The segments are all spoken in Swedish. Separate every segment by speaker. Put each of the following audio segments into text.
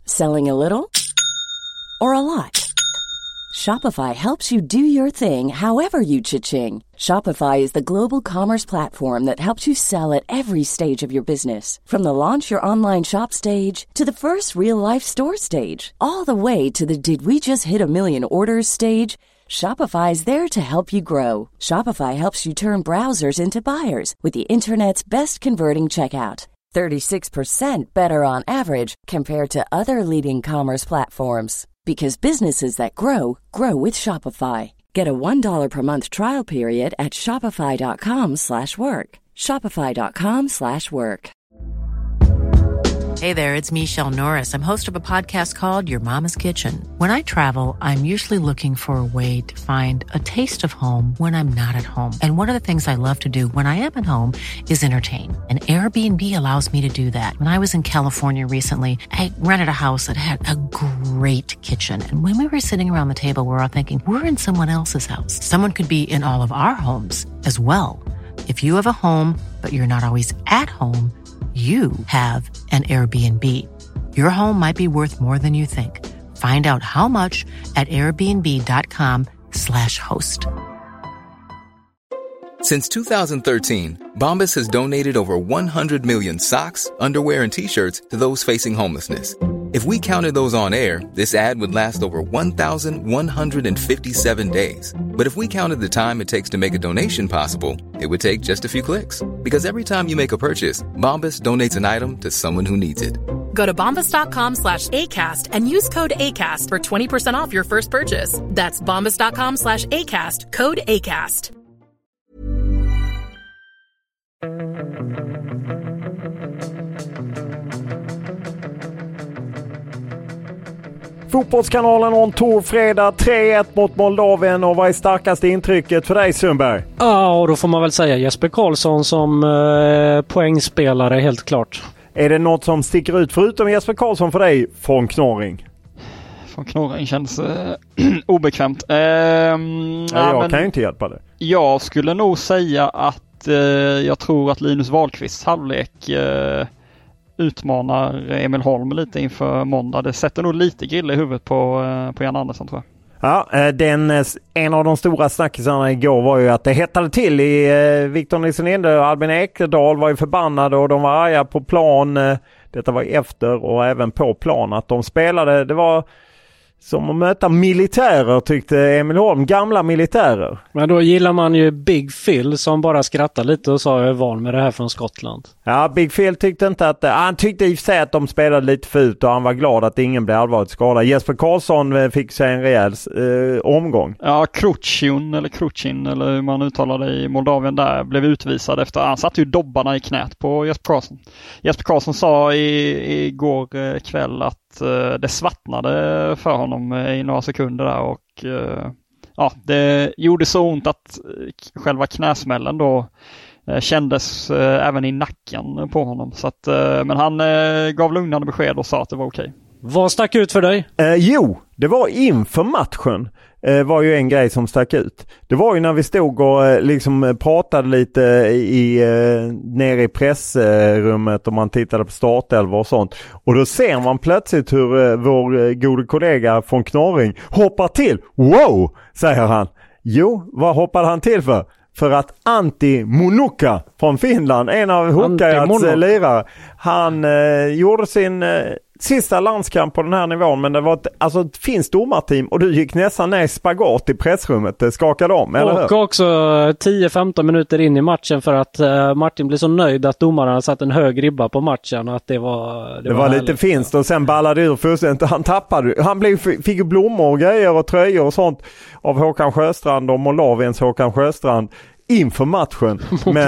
Speaker 1: Selling a little or a lot? Shopify helps you do your thing however you cha-ching. Shopify is the global commerce platform that helps you sell at every stage of your business. From the launch your online shop stage to the first real-life store stage, all the way to the did we just hit a million orders stage. Shopify is there to help you grow. Shopify helps you turn browsers into buyers with the internet's best converting checkout. 36% better on average compared to other leading commerce platforms. Because businesses that grow, grow with Shopify. Get a $1 per month trial period at shopify.com/work. Shopify.com/work.
Speaker 2: Hey there, it's Michelle Norris. I'm host of a podcast called Your Mama's Kitchen. When I travel, I'm usually looking for a way to find a taste of home when I'm not at home. And one of the things I love to do when I am at home is entertain. And Airbnb allows me to do that. When I was in California recently, I rented a house that had a great kitchen. And when we were sitting around the table, we were all thinking, we're in someone else's house. Someone could be in all of our homes as well. If you have a home, but you're not always at home, you have an Airbnb. Your home might be worth more than you think. Find out how much at airbnb.com/host.
Speaker 3: Since 2013, Bombas has donated over 100 million socks, underwear, and T-shirts to those facing homelessness. If we counted those on air, this ad would last over 1,157 days. But if we counted the time it takes to make a donation possible, it would take just a few clicks. Because every time you make a purchase, Bombas donates an item to someone who needs it.
Speaker 4: Go to bombas.com/ACAST and use code ACAST for 20% off your first purchase. That's bombas.com/ACAST, code ACAST.
Speaker 5: Fotbollskanalen on tour fredag 3-1 mot Moldavien, och vad är starkaste intrycket för dig, Sundberg?
Speaker 6: Ja, och då får man väl säga Jesper Karlsson som poängspelare, helt klart.
Speaker 5: Är det något som sticker ut förutom Jesper Karlsson för dig, von Knorring?
Speaker 7: Von Knorring känns obekvämt.
Speaker 5: Jag kan ju inte hjälpa det.
Speaker 7: Jag skulle nog säga att jag tror att Linus Wahlqvists halvlek utmanar Emil Holm lite inför måndag. Det sätter nog lite grilla i huvudet på Jan Andersson, tror jag.
Speaker 5: Ja, en av de stora snackisarna igår var ju att det hettade till i Victor Nilsson Ende och Albin Ekdal var ju förbannade och de var arga på plan. Detta var efter och även på plan att de spelade. Det var som att möta militärer, tyckte Emil Holm. Gamla militärer.
Speaker 6: Men då gillar man ju Big Phil som bara skrattade lite och sa jag är van med det här från Skottland.
Speaker 5: Ja, Big Phil tyckte inte att... Han tyckte i och för sig att de spelade lite fult och han var glad att ingen blev allvarligt skadad. Jesper Karlsson fick sig en rejäl omgång.
Speaker 7: Ja, Kruchin eller hur man uttalar det i Moldavien där blev utvisad efter... Han satte ju dobbarna i knät på Jesper Karlsson. Jesper Karlsson sa igår kväll att det svartnade för honom i några sekunder där och det gjorde så ont att själva knäsmällen då kändes även i nacken på honom. Så att, men han gav lugnande besked och sa att det var okej.
Speaker 6: Vad stack ut för dig?
Speaker 5: Jo, det var inför matchen. Var ju en grej som stack ut. Det var ju när vi stod och liksom pratade lite nere i pressrummet och man tittade på startelva och sånt. Och då ser man plötsligt hur vår gode kollega von Knorring hoppar till. Wow, säger han. Jo, vad hoppade han till för? För att Antti Monuka från Finland, en av Hukajats lirare, han gjorde sin sista landskamp på den här nivån, men det var ett finskt domarteam och du gick nästan ner i spagat i pressrummet. Det skakade om, eller hur?
Speaker 6: Och också 10-15 minuter in i matchen för att Martin blev så nöjd att domaren satt en hög ribba på matchen. Att det var
Speaker 5: lite finskt och sen ballade ur fullständigt. Han tappade. Han fick ju blommor och grejer och tröjor och sånt av Håkan Sjöstrand och Moldaviens Håkan Sjöstrand inför matchen.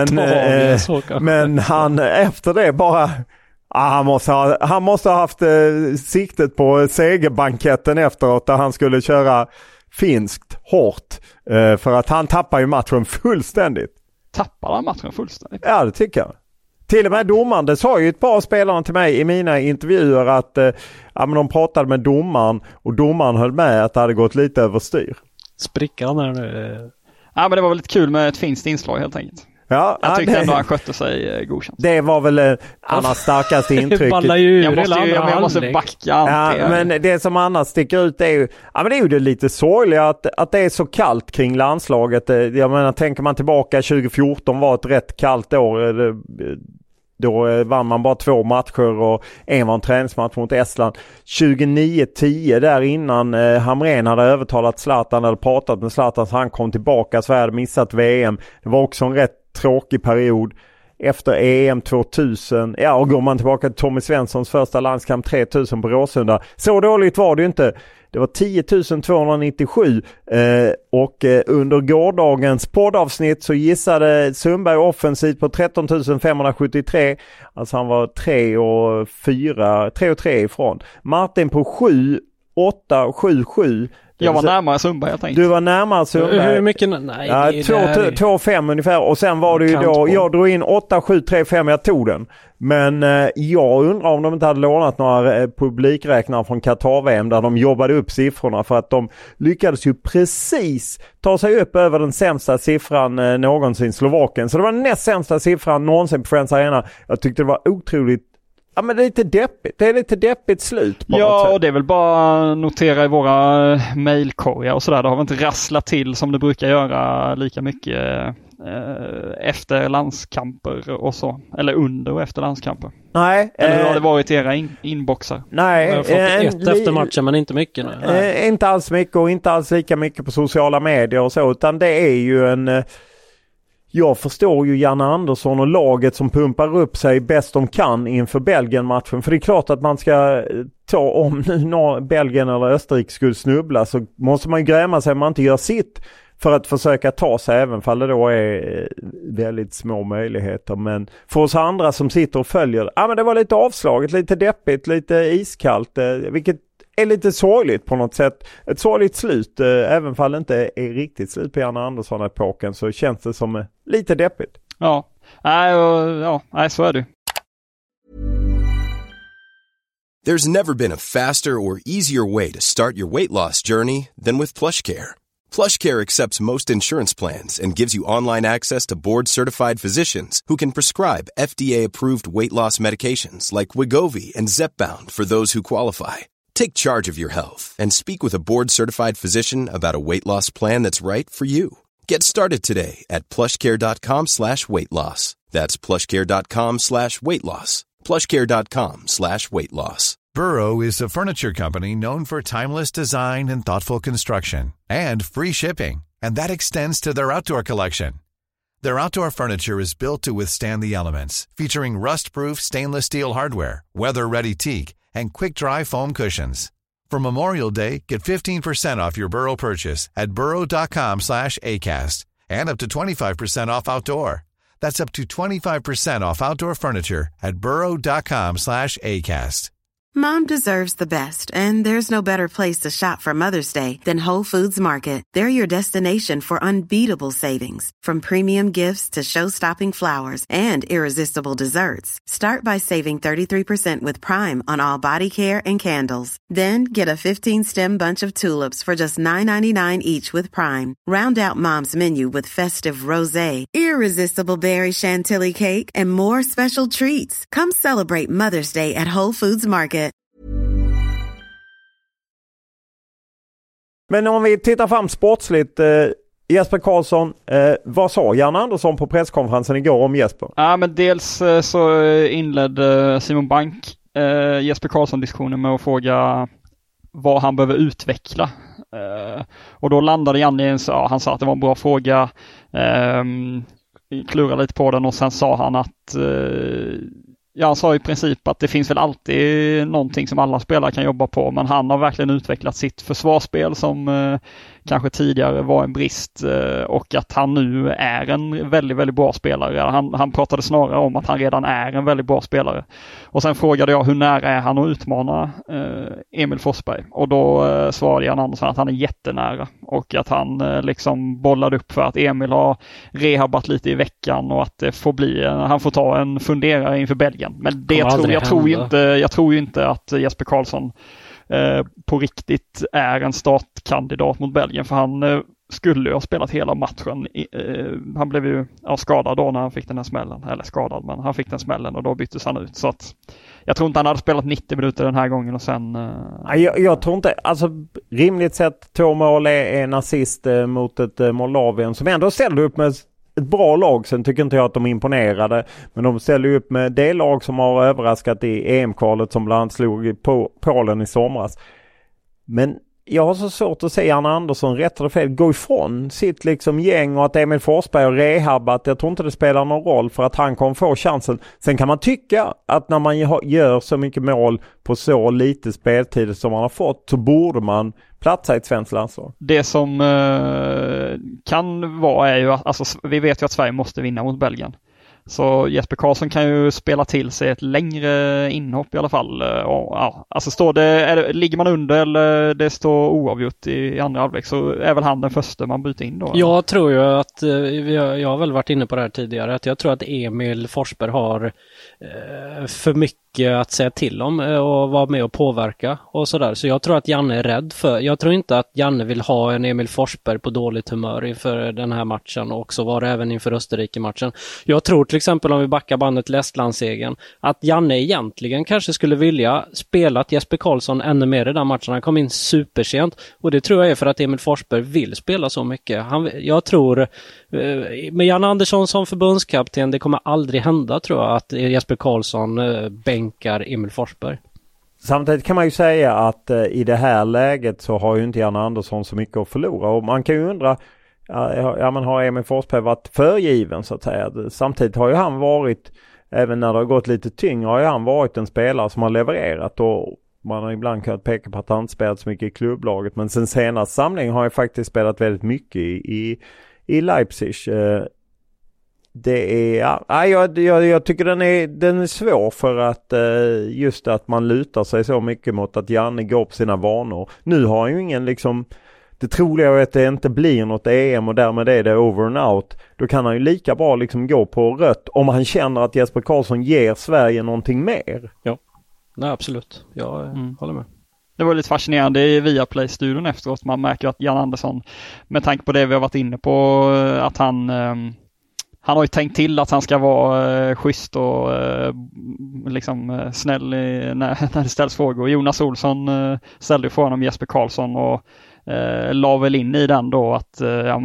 Speaker 5: Men han efter det bara... Han måste ha haft siktet på segerbanketten efteråt där han skulle köra finskt hårt. För att han tappar ju matchen fullständigt.
Speaker 7: Tappar han matchen fullständigt?
Speaker 5: Ja, det tycker jag. Till och med domaren, det sa ju ett par spelare till mig i mina intervjuer att men de pratade med domaren och domaren höll med att det hade gått lite överstyr.
Speaker 6: Sprickar han här nu?
Speaker 7: Ja, men det var väldigt kul med ett finskt inslag helt enkelt. Jag tyckte ändå han skötte sig godkänt.
Speaker 5: Det var väl annars starkaste intrycket.
Speaker 7: Jag måste backa.
Speaker 5: Men det som annars sticker ut är ju, men det är ju det lite sorgliga att det är så kallt kring landslaget. Jag menar, tänker man tillbaka 2014 var ett rätt kallt år. Då vann man bara 2 matcher och en var en träningsmatch mot Estland. 2009-10 där innan Hamrén hade övertalat Zlatan eller pratat med Zlatan så han kom tillbaka. Sverige hade missat VM. Det var också en rätt tråkig period. Efter EM 2000, och går man tillbaka till Tommy Svenssons första landskamp 3000 på Råsunda. Så dåligt var det ju inte. Det var 10 297 och under gårdagens poddavsnitt så gissade Sundberg offensivt på 13 573. Alltså han var 3 och 3 ifrån. Martin på 7, 8 och 7, 7.
Speaker 7: Jag var närmare Sundberg, jag tänkte.
Speaker 5: Du var närmare Sundberg.
Speaker 6: Hur mycket? Nej,
Speaker 5: 2,5 ungefär. Och sen var det ju då, jag drog in 8, 7, 3, 5, jag tog den. Men jag undrar om de inte hade lånat några publikräknare från Qatar-VM där de jobbade upp siffrorna, för att de lyckades ju precis ta sig upp över den sämsta siffran någonsin, Slovakien. Så det var den näst sämsta siffran någonsin på Friends Arena. Jag tyckte det var otroligt. Ja, men det är lite deppigt. Det är lite deppigt slut på något sätt.
Speaker 7: Och det är väl bara notera i våra mejlkorgar och sådär. Det har väl inte rasslat till som det brukar göra lika mycket efter landskamper och så. Eller under och efter landskamper.
Speaker 5: Nej.
Speaker 7: Eller hur har det varit i era inboxar?
Speaker 5: Nej.
Speaker 6: Jag har fått ett efter matchen, men inte mycket nu.
Speaker 5: Inte alls mycket och inte alls lika mycket på sociala medier och så. Utan det är ju en... Jag förstår ju Janne Andersson och laget som pumpar upp sig bäst de kan inför Belgien-matchen. För det är klart att man ska ta, om nu Belgien eller Österrike skulle snubbla, så måste man ju gräma sig om man inte gör sitt för att försöka ta sig, även fall det då är väldigt små möjligheter. Men för oss andra som sitter och följer, men det var lite avslaget, lite deppigt, lite iskallt, vilket är lite sorgligt på något sätt. Ett sorgligt slut, även fall det inte är riktigt slut på Janne Andersson-epoken, så känns det som lite deppigt.
Speaker 7: Ja, så är det.
Speaker 8: There's never been a faster or easier way to start your weight loss journey than with PlushCare. PlushCare accepts most insurance plans and gives you online access to board-certified physicians who can prescribe FDA-approved weight loss medications like Wegovy and Zepbound for those who qualify. Take charge of your health and speak with a board-certified physician about a weight loss plan that's right for you. Get started today at plushcare.com/weightloss. That's plushcare.com/weightloss. plushcare.com/weightloss.
Speaker 9: Burrow is a furniture company known for timeless design and thoughtful construction and free shipping. And that extends to their outdoor collection. Their outdoor furniture is built to withstand the elements, featuring rust-proof stainless steel hardware, weather-ready teak, and quick-dry foam cushions. For Memorial Day, get 15% off your Burrow purchase at burrow.com/acast and up to 25% off outdoor. That's up to 25% off outdoor furniture at burrow.com/acast.
Speaker 10: Mom deserves the best, and there's no better place to shop for Mother's Day than Whole Foods Market. They're your destination for unbeatable savings, from premium gifts to show-stopping flowers and irresistible desserts. Start by saving 33% with Prime on all body care and candles. Then get a 15-stem bunch of tulips for just $9.99 each with Prime. Round out Mom's menu with festive rosé, irresistible berry chantilly cake, and more special treats. Come celebrate Mother's Day at Whole Foods Market.
Speaker 5: Men om vi tittar fram sportsligt, Jesper Karlsson, vad sa Janne Andersson på presskonferensen igår om Jesper?
Speaker 7: Ja, men dels så inledde Simon Bank Jesper Karlsson-diskussionen med att fråga vad han behöver utveckla. Och då landade Janne han sa att det var en bra fråga, klurade lite på den och sen sa han att han sa i princip att det finns väl alltid någonting som alla spelare kan jobba på, men han har verkligen utvecklat sitt försvarsspel som kanske tidigare var en brist, och att han nu är en väldigt, väldigt bra spelare. Han pratade snarare om att han redan är en väldigt bra spelare. Och sen frågade jag hur nära är han att utmana Emil Forsberg, och då svarade Jan Andersson att han är jättenära och att han liksom bollade upp för att Emil har rehabat lite i veckan och att det får bli, han får ta en funderare inför Belgien. Men det jag tror ju inte att Jesper Karlsson på riktigt är en startkandidat mot Belgien, för han skulle ju ha spelat hela matchen. Han blev ju skadad då när han fick den här smällen. Eller skadad, men han fick den smällen och då byttes han ut. Så att jag tror inte han hade spelat 90 minuter den här gången och sen...
Speaker 5: Jag tror inte, alltså rimligt sett 2 mål är en assist mot ett Moldavien som ändå ställde upp med ett bra lag. Sen tycker inte jag att de imponerade, men de ställde upp med det lag som har överraskat i EM-kvalet som bland annat slog på Polen i somras. Men jag har så svårt att se Janne Andersson rätt eller fel gå ifrån sitt liksom gäng och att Emil Forsberg har rehabbat. Jag tror inte det spelar någon roll för att han kommer få chansen. Sen kan man tycka att när man gör så mycket mål på så lite speltid som man har fått så borde man platsa i ett svenskt landslag. Det
Speaker 7: som kan vara är ju att alltså, vi vet ju att Sverige måste vinna mot Belgien. Så Jesper Karlsson kan ju spela till sig ett längre inhopp i alla fall. Alltså ligger man under eller det står oavgjort i andra halvlek så är väl han den första man byter in då?
Speaker 6: Jag tror ju att, jag har väl varit inne på det här tidigare, att jag tror att Emil Forsberg har för mycket att säga till om och vara med och påverka och sådär. Så jag tror att Janne är rädd för, jag tror inte att Janne vill ha en Emil Forsberg på dåligt humör inför den här matchen och så var det även inför Österrike-matchen. Jag tror till exempel om vi backar bandet till Estlandssegern att Janne egentligen kanske skulle vilja spela Jesper Karlsson ännu mer i den matchen. Han kom in supersent och det tror jag är för att Emil Forsberg vill spela så mycket. Jag tror med Jan Andersson som förbundskapten, det kommer aldrig hända tror jag att Jesper Karlsson bänkar Emil Forsberg.
Speaker 5: Samtidigt kan man ju säga att i det här läget så har ju inte Jan Andersson så mycket att förlora och man kan ju undra, men har Emil Forsberg varit förgiven så att säga? Samtidigt har ju han varit, även när det har gått lite tyngre, har ju han varit en spelare som har levererat och man har ibland kunnat peka på att han inte spelat så mycket i klubblaget, men sen senaste samlingen har han faktiskt spelat väldigt mycket i Leipzig. Det är jag tycker den är svår för att just att man lutar sig så mycket mot att Janne går på sina vanor. Nu har han ju ingen liksom, det troliga är att det inte blir något EM och därmed är det over and out. Då kan han ju lika bra liksom gå på rött om han känner att Jesper Karlsson ger Sverige någonting mer.
Speaker 6: Ja, nej absolut. Jag håller med.
Speaker 7: Det var lite fascinerande i Viaplay-studion efteråt. Man märker att Jan Andersson, med tanke på det vi har varit inne på, att han har ju tänkt till att han ska vara schysst och liksom snäll när det ställs frågor. Jonas Olsson ställde ju frågan om Jesper Karlsson och la väl in i den då att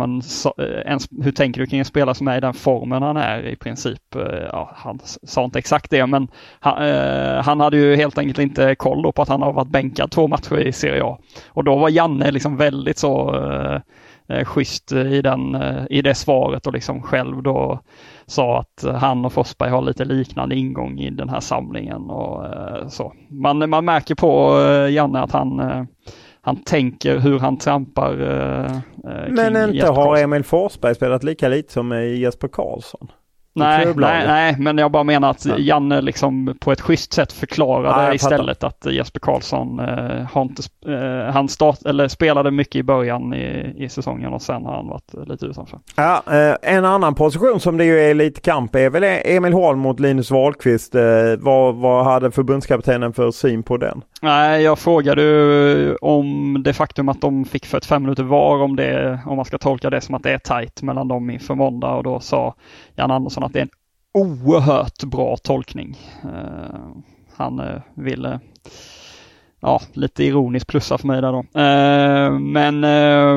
Speaker 7: hur tänker du kring en spelare som är i den formen han är i princip? Han sa inte exakt det, men han hade ju helt enkelt inte koll då på att han har varit bänkad 2 matcher i Serie A. Och då var Janne liksom väldigt så schysst i det svaret och liksom själv då sa att han och Forsberg har lite liknande ingång i den här samlingen och så. Man märker på Janne att han tänker hur han trampar
Speaker 5: men inte har Emil Forsberg spelat lika lite som Jesper Karlsson?
Speaker 7: Nej, men jag bara menar att Janne liksom på ett schysst sätt förklarade istället att Jesper Karlsson han spelade mycket i början i säsongen och sen har han varit lite utanför. Ja,
Speaker 5: en annan position som det ju är lite kamp är väl Emil Holm mot Linus Wahlqvist. Vad hade förbundskaptenen för syn på den?
Speaker 7: Nej, jag frågade om det faktum att de fick 45 minuter var, om man ska tolka det som att det är tajt mellan dem inför måndag, och då sa Jan Andersson att det är en oerhört bra tolkning. Han ville lite ironiskt plussa för mig där då. Men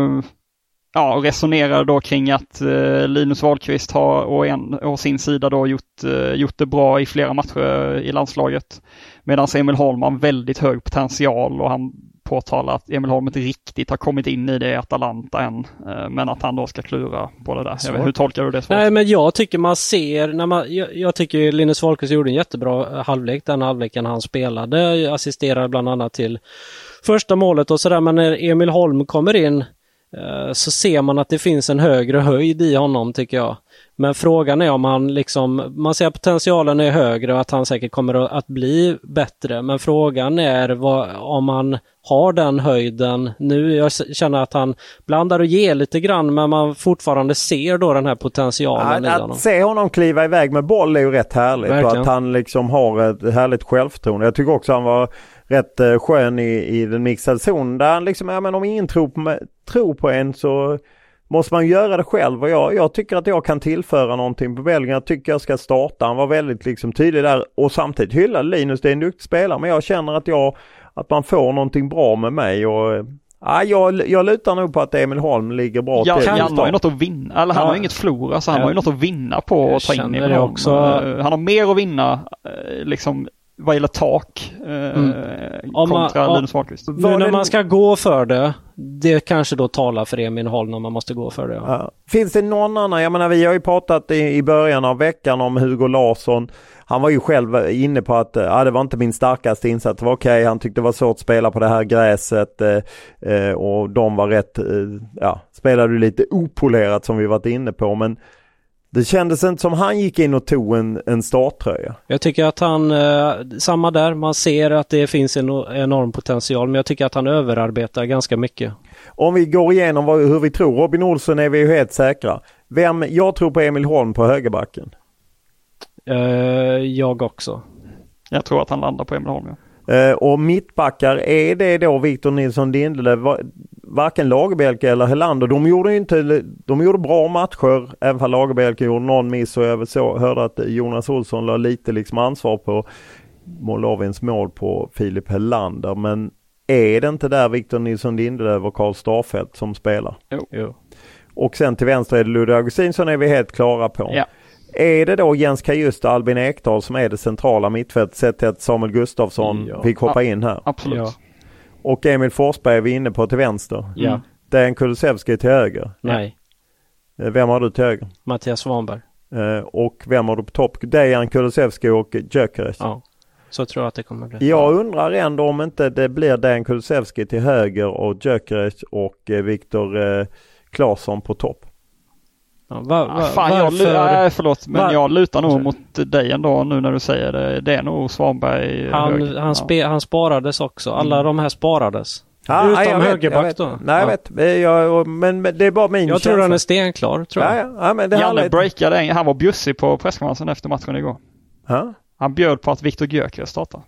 Speaker 7: resonerade då kring att Linus Wahlqvist har å sin sida då gjort det bra i flera matcher i landslaget. Medan Emil Holm har en väldigt hög potential och han påtalar att Emil Holm inte riktigt har kommit in i det Atalanta än. Men att han då ska klura på det där. Hur tolkar du det?
Speaker 6: Nej, men jag tycker man ser, jag tycker Linus Wahlqvist gjorde en jättebra halvlek. Den halvleken han spelade, assisterade bland annat till första målet och sådär. Men när Emil Holm kommer in så ser man att det finns en högre höjd i honom, tycker jag. Men frågan är om man ser att potentialen är högre och att han säkert kommer att bli bättre. Men frågan är om man har den höjden nu. Jag känner att han blandar och ger lite grann, men man fortfarande ser då den här potentialen i honom.
Speaker 5: Att se honom kliva iväg med boll är ju rätt härligt. Verkligen. Och att han liksom har ett härligt självförtroende. Jag tycker också han var rätt skön i den mixade zonen där han liksom, om ingen tror på en måste man göra det själv. Och jag tycker att jag kan tillföra någonting på Belgien. Jag tycker jag ska starta. Han var väldigt liksom tydlig där. Och samtidigt hyllade Linus, det är en duktig spelare. Men jag känner att man får någonting bra med mig. Och jag lutar nog på att Emil Holm ligger bra till.
Speaker 7: Han har ju något att vinna. Eller han har inget förlora, så han har ju något att vinna på att ta in Emil Holm. Han har mer att vinna liksom vad gäller tak kontra Linus Wahlqvist.
Speaker 6: Nu när man ska gå för det kanske då talar för Emil Holm när man måste gå för det.
Speaker 5: Ja. Finns det någon annan? Jag menar, vi har ju pratat i början av veckan om Hugo Larsson. Han var ju själv inne på att det var inte min starkaste insats. Det var okej. Han tyckte det var svårt att spela på det här gräset och de var rätt, spelade lite opolerat som vi varit inne på, men det kändes inte som han gick in och tog en starttröja.
Speaker 6: Jag tycker att han, samma där, man ser att det finns en enorm potential, men jag tycker att han överarbetar ganska mycket.
Speaker 5: Om vi går igenom hur vi tror, Robin Olsson är vi ju helt säkra. Jag tror på Emil Holm på högerbacken.
Speaker 6: Jag också.
Speaker 7: Jag tror att han landar på Emil Holm, ja.
Speaker 5: Och mittbackar, är det då Victor Nilsson Lindelöf, varken Lagerbielke eller Helander. De gjorde bra matcher, även om Lagerbielke gjorde någon miss, och jag hörde att Jonas Olsson la lite liksom ansvar på Moldaviens mål på Filip Helander. Men är det inte där Victor Nilsson Lindelöf och Karl Starfelt som spelar?
Speaker 6: Jo.
Speaker 5: Och sen till vänster är det Ludvig Augustinsson, är vi helt klara på.
Speaker 7: Ja.
Speaker 5: Är det då Jens Kajust och Albin Ekdal som är det centrala mittfältet, sett till att Samuel Gustafsson fick hoppa in här?
Speaker 7: Absolut. Ja.
Speaker 5: Och Emil Forsberg är vi inne på till vänster.
Speaker 6: Ja.
Speaker 5: Dejan Kulusevski till höger.
Speaker 6: Nej.
Speaker 5: Vem har du till höger?
Speaker 6: Mattias Svanberg.
Speaker 5: Och vem har du på topp? Dejan Kulusevski och Gyökeres.
Speaker 6: Ja. Så tror jag att det kommer bli.
Speaker 5: Jag undrar ändå om inte det blir Dejan Kulusevski till höger och Gyökeres och Viktor Claesson på topp.
Speaker 7: Jag lutar nog mot dig ändå nu när du säger det. Det är nog Svanberg.
Speaker 6: Han sparades också. Alla de här sparades. Utom högerback då.
Speaker 5: Nej, jag vet. Men det är bara min
Speaker 6: Jag tror han är stenklar, tror jag.
Speaker 5: Ja, men det
Speaker 7: Janne breakade. Han var bjussig på presskonferensen efter matchen igår. Han bjöd på att Viktor Gyökeres startar.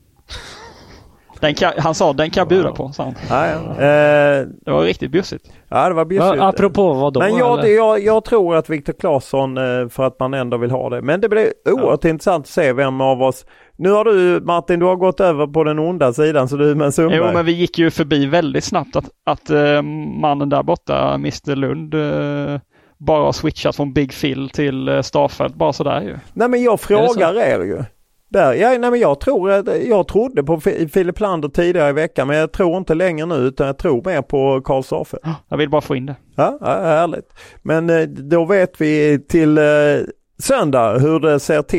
Speaker 7: Han sa den kan jag bjuda på, sa han. Det var riktigt bjussigt.
Speaker 5: Ja, det var bjussigt.
Speaker 6: Apropå vad då?
Speaker 5: Men jag tror att Viktor Claesson, för att man ändå vill ha det. Men det blir oerhört intressant att se vem av oss. Nu har du, Martin, du har gått över på den onda sidan, så du med Sundberg.
Speaker 7: Jo, men vi gick ju förbi väldigt snabbt att mannen där borta, Mr. Lund, bara har switchat från Big Phil till Starfelt, bara sådär ju.
Speaker 5: Nej, men jag frågar er ju. Men jag trodde på Filip Lander tidigare i veckan, men jag tror inte längre nu, utan jag tror mer på Karl Starfelt.
Speaker 7: Jag vill bara få in det.
Speaker 5: Ja, härligt. Men då vet vi till söndag hur det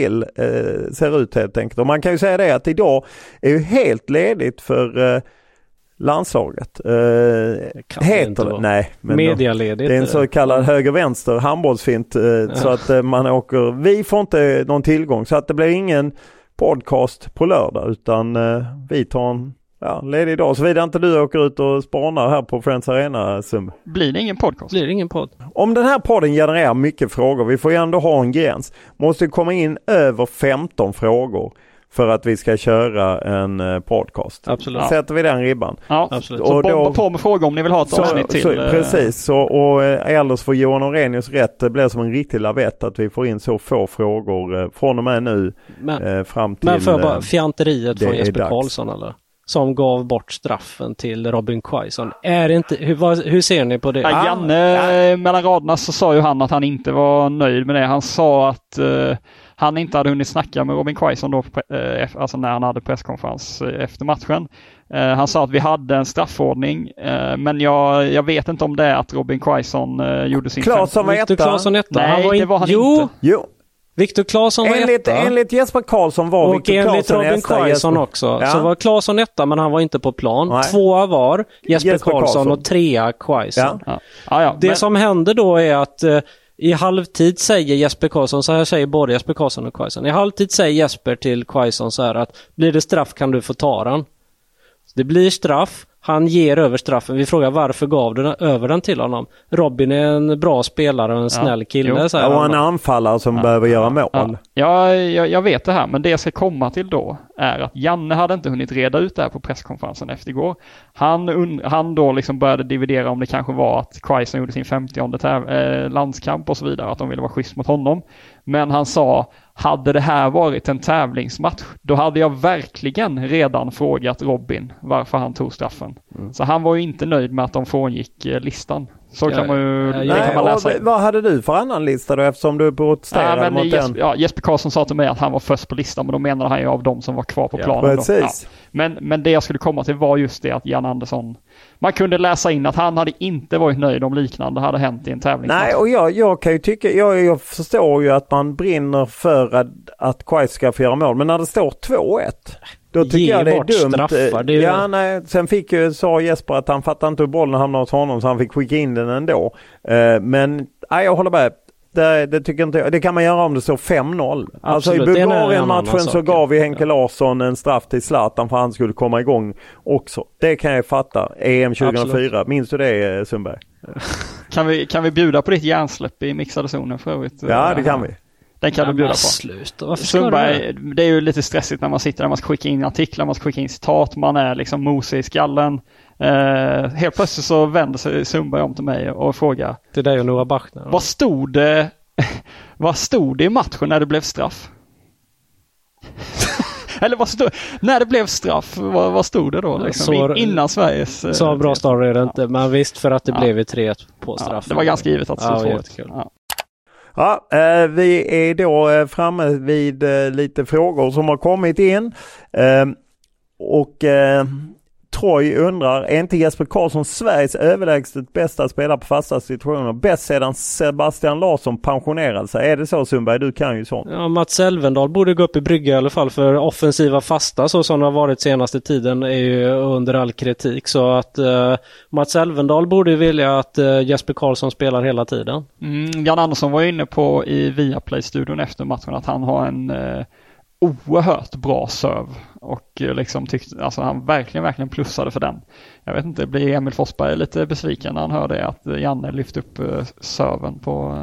Speaker 5: ser ut helt enkelt. Och man kan ju säga det att idag är ju helt ledigt för landslaget. Heter det? Nej.
Speaker 6: Medialedigt.
Speaker 5: Det är en så kallad höger-vänster handbollsfint så att man åker. Vi får inte någon tillgång, så att det blir ingen podcast på lördag, utan vi tar en ledig dag. Så vidare inte du åker ut och spanar här på Friends Arena.
Speaker 7: Blir det ingen podcast?
Speaker 6: Blir det ingen podd?
Speaker 5: Om den här podden genererar mycket frågor, vi får ju ändå ha en gräns. Måste komma in över 15 frågor för att vi ska köra en podcast.
Speaker 6: Absolut.
Speaker 5: Sätter vi den ribban.
Speaker 7: Ja, absolut. Så bomba på med frågor om ni vill ha ett avsnitt till.
Speaker 5: Precis. Och ellers får Johan Orenius rätt. Det blir som en riktig lavett att vi får in så få frågor från och med nu fram till...
Speaker 6: Men för bara fjanteriet från Jesper Karlsson eller? Som gav bort straffen till Robin Quaison. Är inte, hur ser ni på det?
Speaker 7: Janne, mellan raderna så sa ju han att han inte var nöjd med det. Han sa att han inte hade hunnit snacka med Robin Quaison då, alltså när han hade presskonferens efter matchen. Han sa att vi hade en straffordning, men jag vet inte om det är att Robin Quaison gjorde sin...
Speaker 5: Claesson var etta.
Speaker 7: Nej, det var han inte.
Speaker 5: Jo.
Speaker 6: Viktor Claesson var etta.
Speaker 5: Enligt Jesper Karlsson var Viktor Claesson
Speaker 6: Robin Quaison också. Ja. Så var Claesson etta, men han var inte på plan. Nej. Tvåa var Jesper Karlsson och trea Quaison.
Speaker 7: Ja.
Speaker 6: Det som händer då är att i halvtid säger Jesper Karlsson, så här säger både Jesper Karlsson och Quaison. I halvtid säger Jesper till Quaison så här att blir det straff kan du få ta den. Det blir straff. Han ger över straffen. Vi frågar varför gav du över den till honom? Robin är en bra spelare och en snäll kille. Så
Speaker 5: och en anfallare som behöver göra mål.
Speaker 7: Ja, jag vet det här. Men det jag ska komma till då är att Janne hade inte hunnit reda ut det här på presskonferensen efter igår. Han då liksom började dividera om det kanske var att Quaison gjorde sin 50:e landskamp och så vidare. Att de ville vara schysst mot honom. Men han sa, hade det här varit en tävlingsmatch, då hade jag verkligen redan frågat Robin varför han tog straffen. Så han var ju inte nöjd med att de frångick listan. Så kan man ju kan man läsa.
Speaker 5: Vad hade du för annan lista då, eftersom du protesterade mot den?
Speaker 7: Jesper Karlsson sa till mig att han var först på listan, men då menade han ju av dem som var kvar på planen.
Speaker 5: Precis.
Speaker 7: Men det jag skulle komma till var just det att Jan Andersson, man kunde läsa in att han hade inte varit nöjd om liknande hade hänt i en tävling.
Speaker 5: Nej, och jag kan ju tycka, jag förstår ju att man brinner för att Quaison ska få göra mål, men när det står 2-1, då tycker jag det är dumt. Straffar, sen sa Jesper att han fattade inte hur bollen hamnade hos honom, så han fick skicka in den ändå. Men jag håller med. Det tycker inte jag. Det kan man göra om det står 5-0. Alltså i Bulgarien-matchen så gav vi Henke Larsson en straff till Zlatan för att han skulle komma igång också. Det kan jag fatta. EM 2004. Absolut. Minns du det, Sundberg?
Speaker 7: Kan vi bjuda på ditt hjärnsläpp i mixade zonen för övrigt?
Speaker 5: Ja, det kan vi.
Speaker 7: Den kan du bjuda på.
Speaker 6: Sluta.
Speaker 7: Sundberg, det är ju lite stressigt när man sitter där, man ska skicka in artiklar, man ska skicka in citat, man är liksom mosig i skallen. Helt plötsligt så vänder sig Sundberg om till mig och frågar
Speaker 6: till dig och Noah Bachner.
Speaker 7: Vad stod det i matchen när det blev straff? Eller när det blev straff, vad stod det då? Liksom, innan Sveriges...
Speaker 6: Så bra story är det inte, men visst, för att det blev 3-1 på straff.
Speaker 7: Det var ganska givet att det stod 2-1.
Speaker 5: Ja, vi är då framme vid lite frågor som har kommit in. Troy undrar, är inte Jesper Karlsson Sveriges överlägset bästa spelare på fasta situationer? Bäst sedan Sebastian Larsson pensionerade sig. Är det så, Sundberg? Du kan ju sånt.
Speaker 6: Ja, Mats Elvendal borde gå upp i brygga i alla fall, för offensiva fasta så som det har varit senaste tiden är ju under all kritik. Så att Mats Elvendal borde vilja att Jesper Karlsson spelar hela tiden.
Speaker 7: Jan Andersson var inne på i Viaplay-studion efter matchen att han har en oerhört bra serv och liksom tyckte, han verkligen plussade för den. Jag vet inte, blir Emil Forsberg lite besviken när han hörde att Janne lyfte upp serven på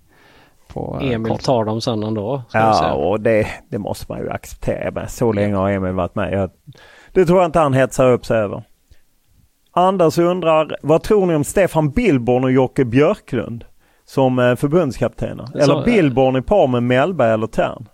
Speaker 6: Emil Karlsson. Tar dem sen ändå.
Speaker 5: Ja, och det måste man ju acceptera. Men så länge har Emil varit med. Det tror jag inte han hetsar upp sig över. Anders undrar, vad tror ni om Stefan Billborn och Jocke Björklund som förbundskaptener? Eller Billborn i par med Mellberg eller Tern?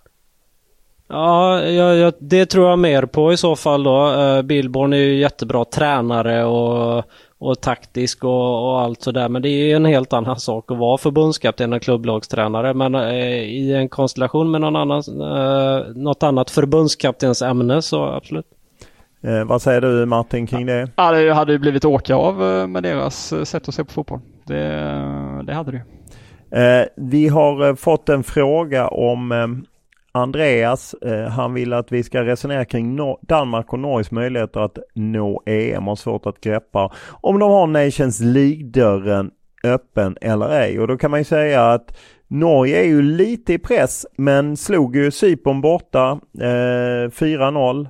Speaker 6: Ja, det tror jag mer på i så fall då. Billborn är ju jättebra tränare och taktisk och allt sådär. Men det är en helt annan sak att vara förbundskapten och klubblagstränare. Men i en konstellation med något annat förbundskaptens ämne så absolut.
Speaker 5: Vad säger du, Martin, kring det?
Speaker 7: Ja, det hade ju blivit åka av med deras sätt att se på fotboll. Det hade det.
Speaker 5: Vi har fått en fråga om Andreas. Han vill att vi ska resonera kring Danmark och Norges möjligheter att nå EM, och svårt att greppa om de har Nations League-dörren öppen eller ej. Och då kan man ju säga att Norge är ju lite i press, men slog ju Cypern borta 4-0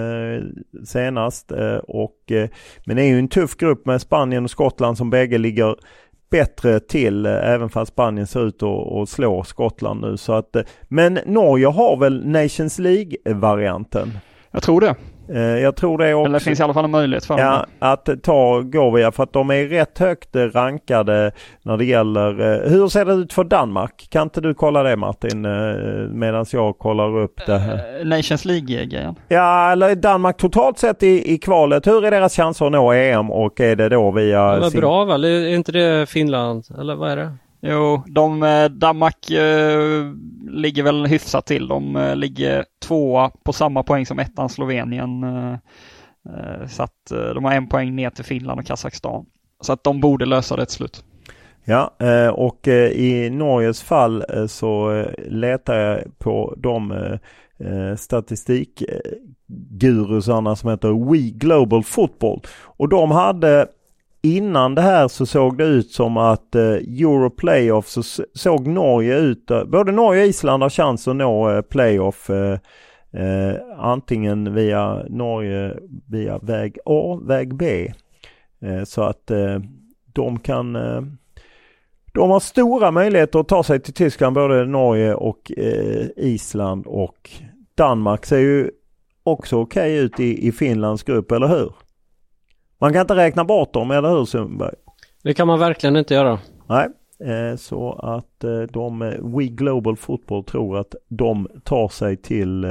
Speaker 5: senast. Men det är ju en tuff grupp med Spanien och Skottland som bägge ligger bättre till, även fast Spanien ser ut att slå Skottland nu. Så att, men Norge har väl Nations League-varianten?
Speaker 7: Jag tror det.
Speaker 5: Jag tror det också.
Speaker 7: Eller det finns i alla fall en möjlighet för dem.
Speaker 5: Att gå via, för att de är rätt högt rankade när det gäller... Hur ser det ut för Danmark? Kan inte du kolla det, Martin, medan jag kollar upp det här?
Speaker 7: Nations League-grejen.
Speaker 5: Ja, eller Danmark totalt sett i kvalet. Hur är deras chanser att nå EM, och är det då via...
Speaker 6: Det var bra väl? Är inte det Finland? Eller vad är det?
Speaker 7: Jo, Danmark ligger väl hyfsat till. De ligger 2 på samma poäng som ettan Slovenien. Så att de har 1 poäng ner till Finland och Kazakstan. Så att de borde lösa det till slut.
Speaker 5: Ja, och i Norges fall så letar jag på de statistikgurusarna som heter We Global Football. Och de hade... Innan det här så såg det ut som att Europlayoff så såg Norge ut, både Norge och Island har chans att nå playoff antingen via Norge via väg A, väg B Så att de har stora möjligheter att ta sig till Tyskland, både Norge och Island, och Danmark ser ju också okej ut i Finlands grupp, eller hur? Man kan inte räkna bort dem, eller hur Sundberg?
Speaker 6: Det kan man verkligen inte göra.
Speaker 5: Nej, så att We Global Football tror att de tar sig till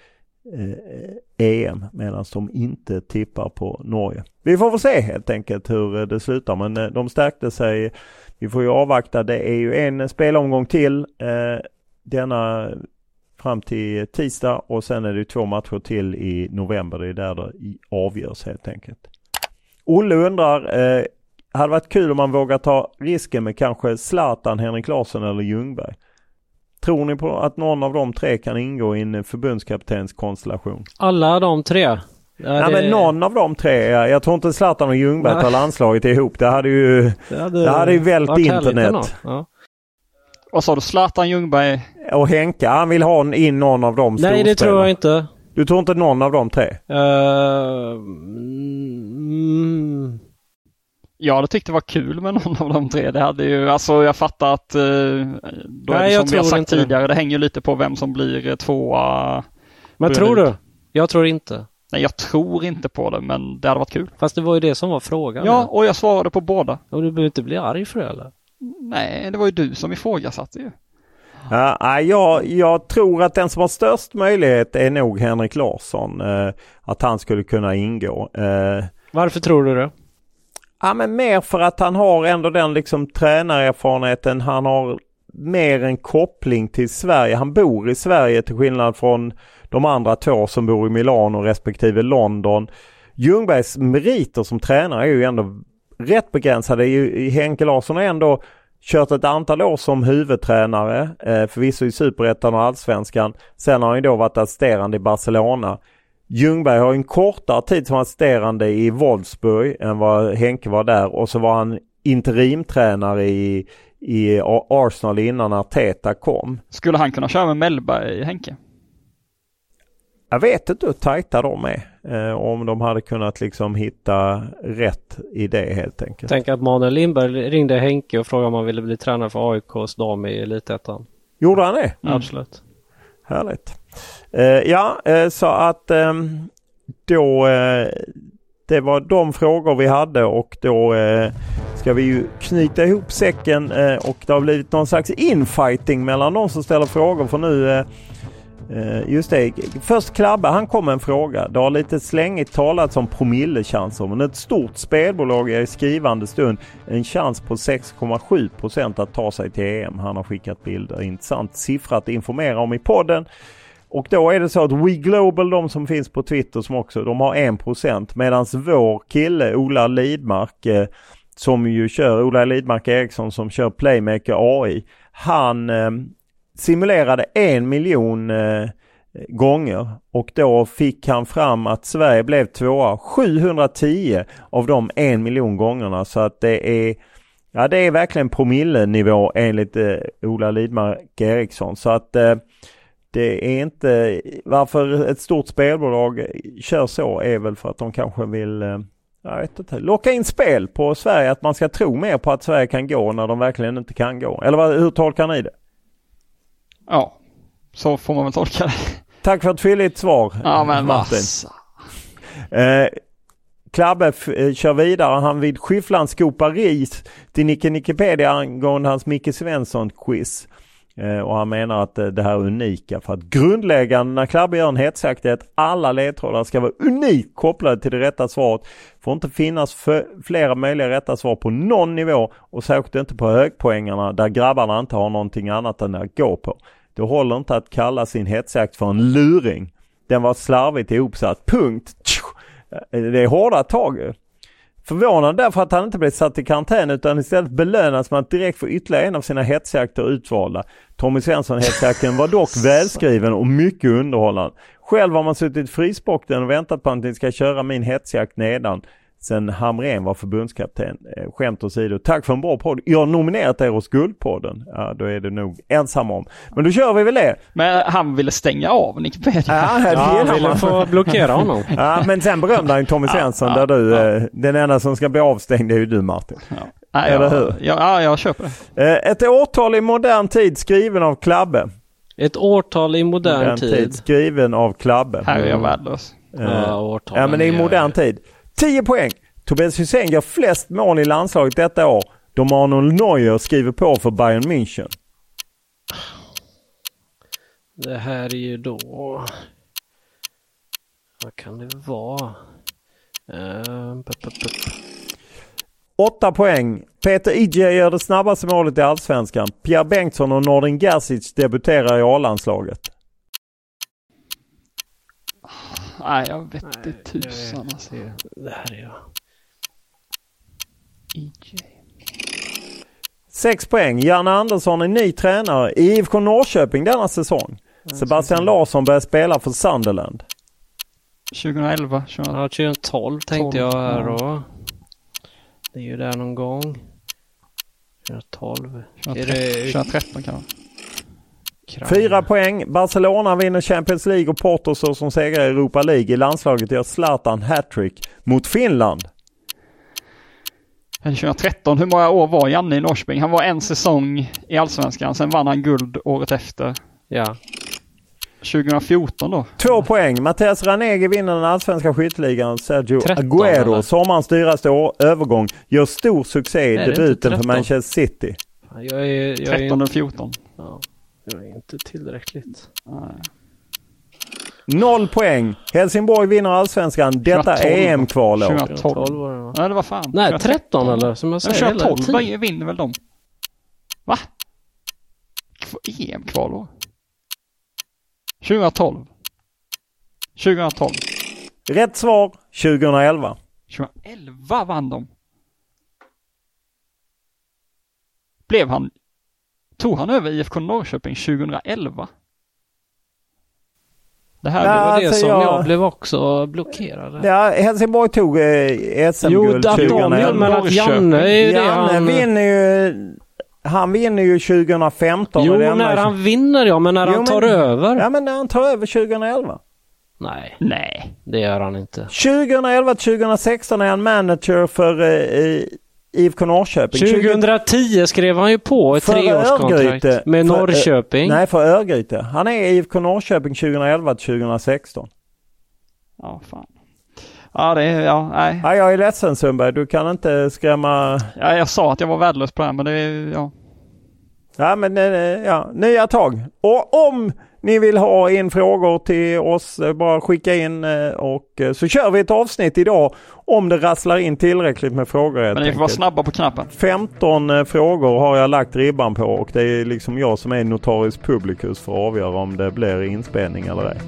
Speaker 5: EM, medan de inte tippar på Norge. Vi får väl se helt enkelt hur det slutar, men de stärkte sig. Vi får ju avvakta, det är ju en spelomgång till denna fram till tisdag, och sen är det 2 matcher till i november. Det är där det avgörs helt enkelt. Olle undrar, hade varit kul om man vågar ta risken med kanske Zlatan, Henrik Larsson eller Ljungberg. Tror ni på att någon av de tre kan ingå i en förbundskaptenskonstellation?
Speaker 6: Alla de tre?
Speaker 5: Nej, men någon av de tre. Jag tror inte Zlatan och Ljungberg tar landslaget ihop. Det hade ju vält internet.
Speaker 6: Ja.
Speaker 7: Vad sa du? Zlatan, Ljungberg?
Speaker 5: Och Henka, han vill ha in någon av dem.
Speaker 6: Nej, det tror jag inte.
Speaker 5: Du tror inte någon av de tre?
Speaker 7: Ja, det tyckte det var kul med någon av de tre. Det hade ju, alltså jag fattar att då
Speaker 6: nej,
Speaker 7: är det som vi har sagt
Speaker 6: inte.
Speaker 7: tidigare, det hänger ju lite på vem som blir tvåa.
Speaker 6: Men tror du? Jag tror inte.
Speaker 7: Nej, jag tror inte på det, men det hade varit kul.
Speaker 6: Fast det var ju det som var frågan.
Speaker 7: Ja, och jag svarade på båda.
Speaker 6: Och du behöver inte bli arg för det, eller?
Speaker 7: Nej, det var ju du som ifrågasatte ju.
Speaker 5: Jag tror att den som har störst möjlighet är nog Henrik Larsson. Att han skulle kunna ingå.
Speaker 6: Varför tror du det?
Speaker 5: Ja, men mer för att han har ändå den liksom tränarerfarenheten. Han har mer en koppling till Sverige. Han bor i Sverige till skillnad från de andra två som bor i Milano respektive London. Ljungbergs meriter som tränare är ju ändå rätt begränsade. Henke Larsson har ändå kört ett antal år som huvudtränare, förvisso i Superettan och Allsvenskan. Sen har han då varit assisterande i Barcelona. Ljungberg har en kortare tid som assisterande i Wolfsburg än vad Henke var där, och så var han interimtränare i Arsenal innan Arteta kom.
Speaker 7: Skulle han kunna köra med Mellberg, Henke?
Speaker 5: Jag vet inte hur tajta de är. Om de hade kunnat liksom hitta rätt i det helt enkelt.
Speaker 6: Tänk att Manuel Lindberg ringde Henke och frågade om han ville bli tränare för AIKs dam i Elitettan.
Speaker 5: Gjorde han det?
Speaker 6: Absolut.
Speaker 5: Härligt. Så att då det var de frågor vi hade, och då ska vi ju knyta ihop säcken, och det har blivit någon slags infighting mellan de som ställer frågor, för nu just det, först Klabbe, han kom med en fråga. Det har lite slängigt talats om promillechanser, men ett stort spelbolag är i skrivande stund en chans på 6,7% att ta sig till EM. Han har skickat bilder, intressant siffra att informera om i podden. Och då är det så att We Global, de som finns på Twitter som också, de har 1%, medan vår kille Ola Lidmark som ju kör, Ola Lidmark Eriksson som kör Playmaker AI, han simulerade 1 miljon gånger, och då fick han fram att Sverige blev tvåa 710 av de 1 miljon gångerna, så att det är verkligen promillenivå enligt Ola Lidmark Eriksson. Så att det är inte, varför ett stort spelbolag kör så är väl för att de kanske vill locka in spel på Sverige, att man ska tro mer på att Sverige kan gå när de verkligen inte kan gå. Eller hur tolkar ni det?
Speaker 7: Ja, så får man väl tolka det.
Speaker 5: Tack för ett fylligt svar.
Speaker 7: Ja, men
Speaker 5: Martin. Klabbe kör vidare. Han vill Schiffland skopa ris till Nickepedia angående hans Micke Svensson-quiz. Och han menar att det här är unika, för att grundläggande när Klabbe gör en hetsjakt är att alla ledtrådar ska vara unikt kopplade till det rätta svaret. Får inte finnas flera möjliga rätta svar på någon nivå, och särskilt inte på högpoängarna där grabbarna inte har någonting annat än att gå på. Det håller inte att kalla sin hetsjakt för en luring. Den var slarvigt ihopsatt. Punkt. Det är hårda tag. Förvånande därför att han inte blev satt i karantän, utan istället belönas med att direkt få ytterligare en av sina hetsjakter utvalda. Tommy Svensson-hetsjakten var dock välskriven och mycket underhållande. Själv har man suttit i frysbocken och väntat på att ni ska köra min hetsjakt nedan. sen Hamrén var förbundskapten. Skämt åsido. Tack för en bra podd. Jag har nominerat er hos Guldpodden. Ja, då är det nog ensam om. Men då kör vi väl det.
Speaker 7: Men han ville stänga av Wikipedia.
Speaker 5: Ja,
Speaker 6: han ville få blockera honom.
Speaker 5: Ja, men sen berömde han Tommy Svensson där du, den enda som ska bli avstängd är ju du, Martin.
Speaker 7: Ja. Eller hur? Ja, jag köper det.
Speaker 5: Ett årtal i modern tid skriven av Klabbe.
Speaker 6: Ett årtal i modern tid
Speaker 5: skriven av Klabbe.
Speaker 7: Här är jag värdelös.
Speaker 5: Ja, men det är i modern tid. 10 poäng. Tobias Hysén gör flest mål i landslaget detta år. Då Manuel Neuer skriver på för Bayern München.
Speaker 6: Det här är ju då... Vad kan det vara?
Speaker 5: 8 poäng. Peter Idje gör det snabbaste målet i Allsvenskan. Pierre Bengtsson och Nordin Gerzic debuterar i A-landslaget.
Speaker 7: Nej, jag vet inte tusan alltså.
Speaker 6: Det här är jag.
Speaker 7: IJ.
Speaker 5: 6 poäng. Janne Andersson är ny tränare i IFK Norrköping denna säsong. Sebastian Larsson börjar spela för Sunderland.
Speaker 7: 2011.
Speaker 6: 2012 tänkte jag här då. Det är ju där någon gång. 2012.
Speaker 7: 2013 kan man.
Speaker 5: 4 poäng. Barcelona vinner Champions League och Porto så som segrar i Europa League. I landslaget gör Zlatan hattrick mot Finland.
Speaker 7: 2013. Hur många år var Janne i Norrköping? Han var en säsong i Allsvenskan. Sen vann han guld året efter.
Speaker 6: Ja.
Speaker 7: 2014 då.
Speaker 5: 2 poäng. Mattias Ranegi vinner den allsvenska skytteligan. Sergio
Speaker 6: 13,
Speaker 5: Aguero,
Speaker 6: eller?
Speaker 5: sommarens dyraste övergång, gör stor succé i debuten för Manchester City.
Speaker 6: Jag är
Speaker 7: 13 och 14.
Speaker 6: Ja, jag är inte tillräckligt.
Speaker 7: Nej.
Speaker 5: 0 poäng. Helsingborg vinner allsvenskan. Detta EM-kval.
Speaker 7: 2012. Nej, det var fan.
Speaker 6: Nej, 13 eller? Som jag säger.
Speaker 7: 2012 vinner väl de? Va? EM-kval då? 2012.
Speaker 5: Rätt svar 2011.
Speaker 7: 2011 vann de. Tog han över IFK Norrköping 2011?
Speaker 6: Det här var det som jag blev också blockerad.
Speaker 5: Ja, Helsingborg tog SM-guld 2011.
Speaker 6: Men att Janne är ju
Speaker 5: han vinner ju 2015.
Speaker 6: Jo, när han vinner, men när han tar över.
Speaker 5: Ja, men när han tar över 2011.
Speaker 6: Nej, det gör han inte.
Speaker 5: 2011-2016 är han manager för IFK Norrköping.
Speaker 6: 2010 skrev han ju på ett 3-årskontrakt med Norrköping.
Speaker 5: Nej, för Örgryte. Han är i IFK Norrköping 2011-2016.
Speaker 7: Ja, fan. Ja, det är... Ja, nej.
Speaker 5: Ja, jag är ledsen, Sundberg. Du kan inte skrämma...
Speaker 7: Ja, jag sa att jag var värdelös på det här, men det är... Ja.
Speaker 5: Ja, men ja, nya tag. Och om ni vill ha in frågor till oss, bara skicka in och så kör vi ett avsnitt idag om det rasslar in tillräckligt med frågor.
Speaker 7: Men ni får vara snabba på knappen.
Speaker 5: 15 frågor har jag lagt ribban på och det är liksom jag som är notarius publicus för att avgöra om det blir inspelning eller ej.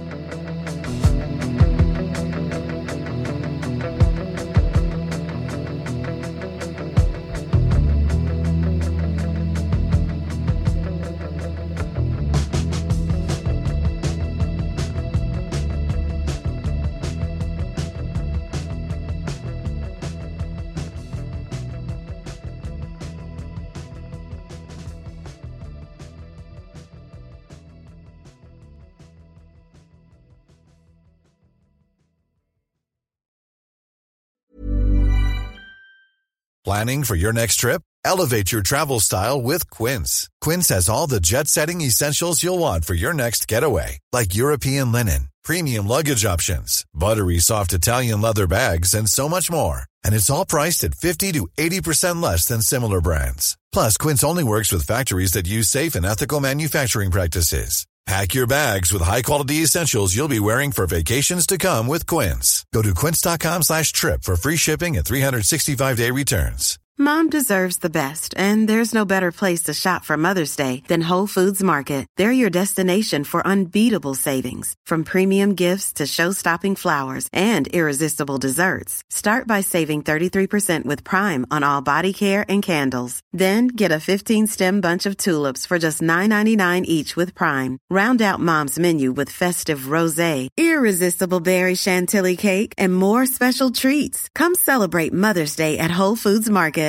Speaker 9: Planning for your next trip? Elevate your travel style with Quince. Quince has all the jet-setting essentials you'll want for your next getaway, like European linen, premium luggage options, buttery soft Italian leather bags, and so much more. And it's all priced at 50 to 80% less than similar brands. Plus, Quince only works with factories that use safe and ethical manufacturing practices. Pack your bags with high-quality essentials you'll be wearing for vacations to come with Quince. Go to quince.com/trip for free shipping and 365-day returns.
Speaker 10: Mom deserves the best, and there's no better place to shop for Mother's Day than Whole Foods Market. They're your destination for unbeatable savings, from premium gifts to show-stopping flowers and irresistible desserts. Start by saving 33% with Prime on all body care and candles. Then get a 15-stem bunch of tulips for just $9.99 each with Prime. Round out Mom's menu with festive rosé, irresistible berry chantilly cake, and more special treats. Come celebrate Mother's Day at Whole Foods Market.